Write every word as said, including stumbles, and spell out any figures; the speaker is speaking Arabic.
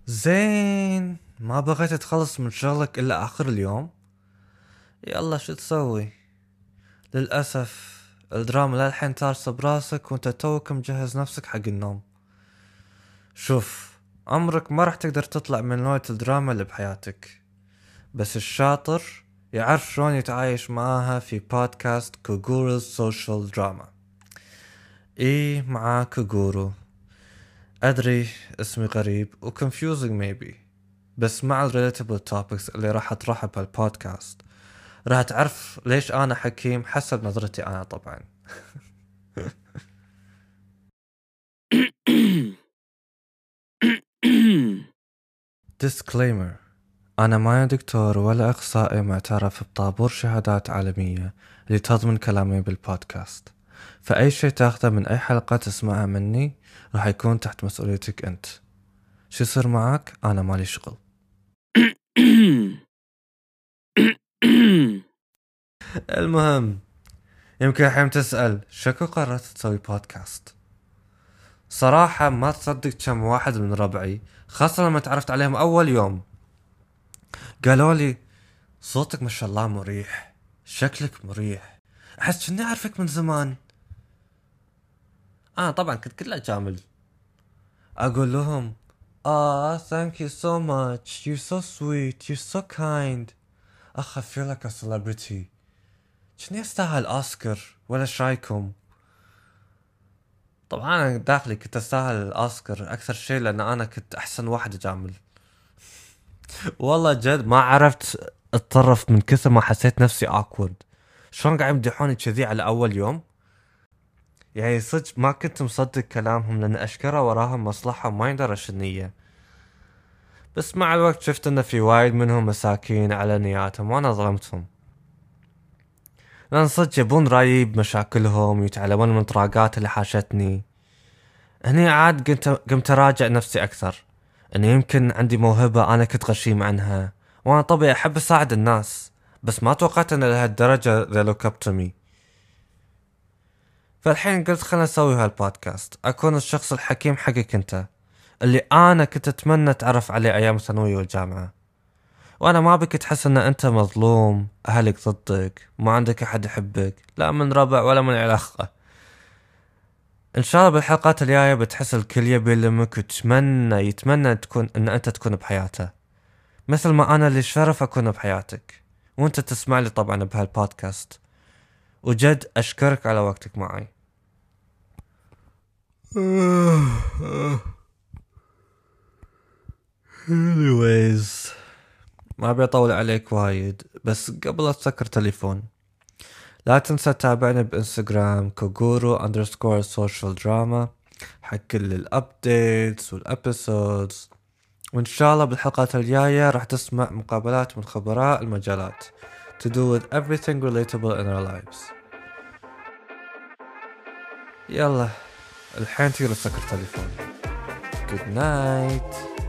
زين، ما بغيت تخلص من شغلك الا اخر اليوم. يلا شو تسوي؟ للاسف الدراما للحين تارسة براسك وانت توك مجهز نفسك حق النوم. شوف، عمرك ما راح تقدر تطلع من نوعية الدراما اللي بحياتك، بس الشاطر يعرف شلون يتعايش معاها في بودكاست كوغورو سوشيال دراما. ايه، معاك كوغورو. ادري اسمي غريب و confusing maybe، بس مع ال relatable topics اللي راح اطرحها بالبودكاست راح تعرف ليش انا حكيم حسب نظرتي انا طبعا. disclaimer: انا ماني دكتور ولا اخصائي معترف بطابور شهادات عالمية اللي تضمن كلامي بالبودكاست، فاي شيء تاخذه من اي حلقة تسمعها مني راح يكون تحت مسؤوليتك انت. شو يصير معك انا مالي شغل. المهم، يمكن الحين تسأل شكو قررت تسوي بودكاست. صراحة ما تصدق كم واحد من ربعي، خاصة لما تعرفت عليهم أول يوم، قالوا لي صوتك ما شاء الله مريح، شكلك مريح، أحس كني أعرفك من زمان. أنا طبعا كنت كله جامل، أقول لهم آه thank you so much, you're so sweet, you're so kind. أخ I feel like a celebrity، كني أستاهل أوسكار ولا إيش رايكم؟ طبعا انا داخلي كنت استاهل الاوسكار اكثر شيء لان انا كنت احسن واحد جامل. والله جد ما عرفت اتصرف من كثر ما حسيت نفسي awkward. شلون قاعد يمدحوني كذي على اول يوم؟ يعني صدق ما كنت مصدق كلامهم لان اشكره وراهم مصلحة وما يندرى النية. بس مع الوقت شفت ان في وايد منهم مساكين على نياتهم وانا ظلمتهم، لان صدق يبون رايي بمشاكلهم ويتعلمون من طراقات اللي حاشتني. هني عاد قمت قمت اراجع نفسي اكثر، اني يمكن عندي موهبة انا كنت غشيم عنها، وانا طبيعي احب اساعد الناس، بس ما توقعت ان لهالدرجة they look up to me. فالحين قلت خلنا اسوي هالبودكاست، اكون الشخص الحكيم حقك انت، اللي انا كنت اتمنى اتعرف عليه ايام الثانوية والجامعة. وانا ما بك تحس ان انت مظلوم، اهلك ضدك، ما عندك احد يحبك، لا من ربع ولا من علاقة. ان شاء الله بالحلقات الجاية بتحس الكل يبي يلمك وتتمنى يتمنى تكون ان انت تكون بحياته، مثل ما انا لي الشرف اكون بحياتك وانت تسمع لي طبعا بهالبودكاست. وجد اشكرك على وقتك معي. anyways، ما بيطول عليك وايد، بس قبل لا تسكر تليفون لا تنسى تتابعني بانستغرام كوغورو اندرسكور سوشيال دراما حق كل الابديتس والابيسودز. وان شاء الله بالحلقات الجاية راح تسمع مقابلات من خبراء المجالات to do with everything relatable in our lives. يلا الحين تقدر تسكر تليفون. Good night.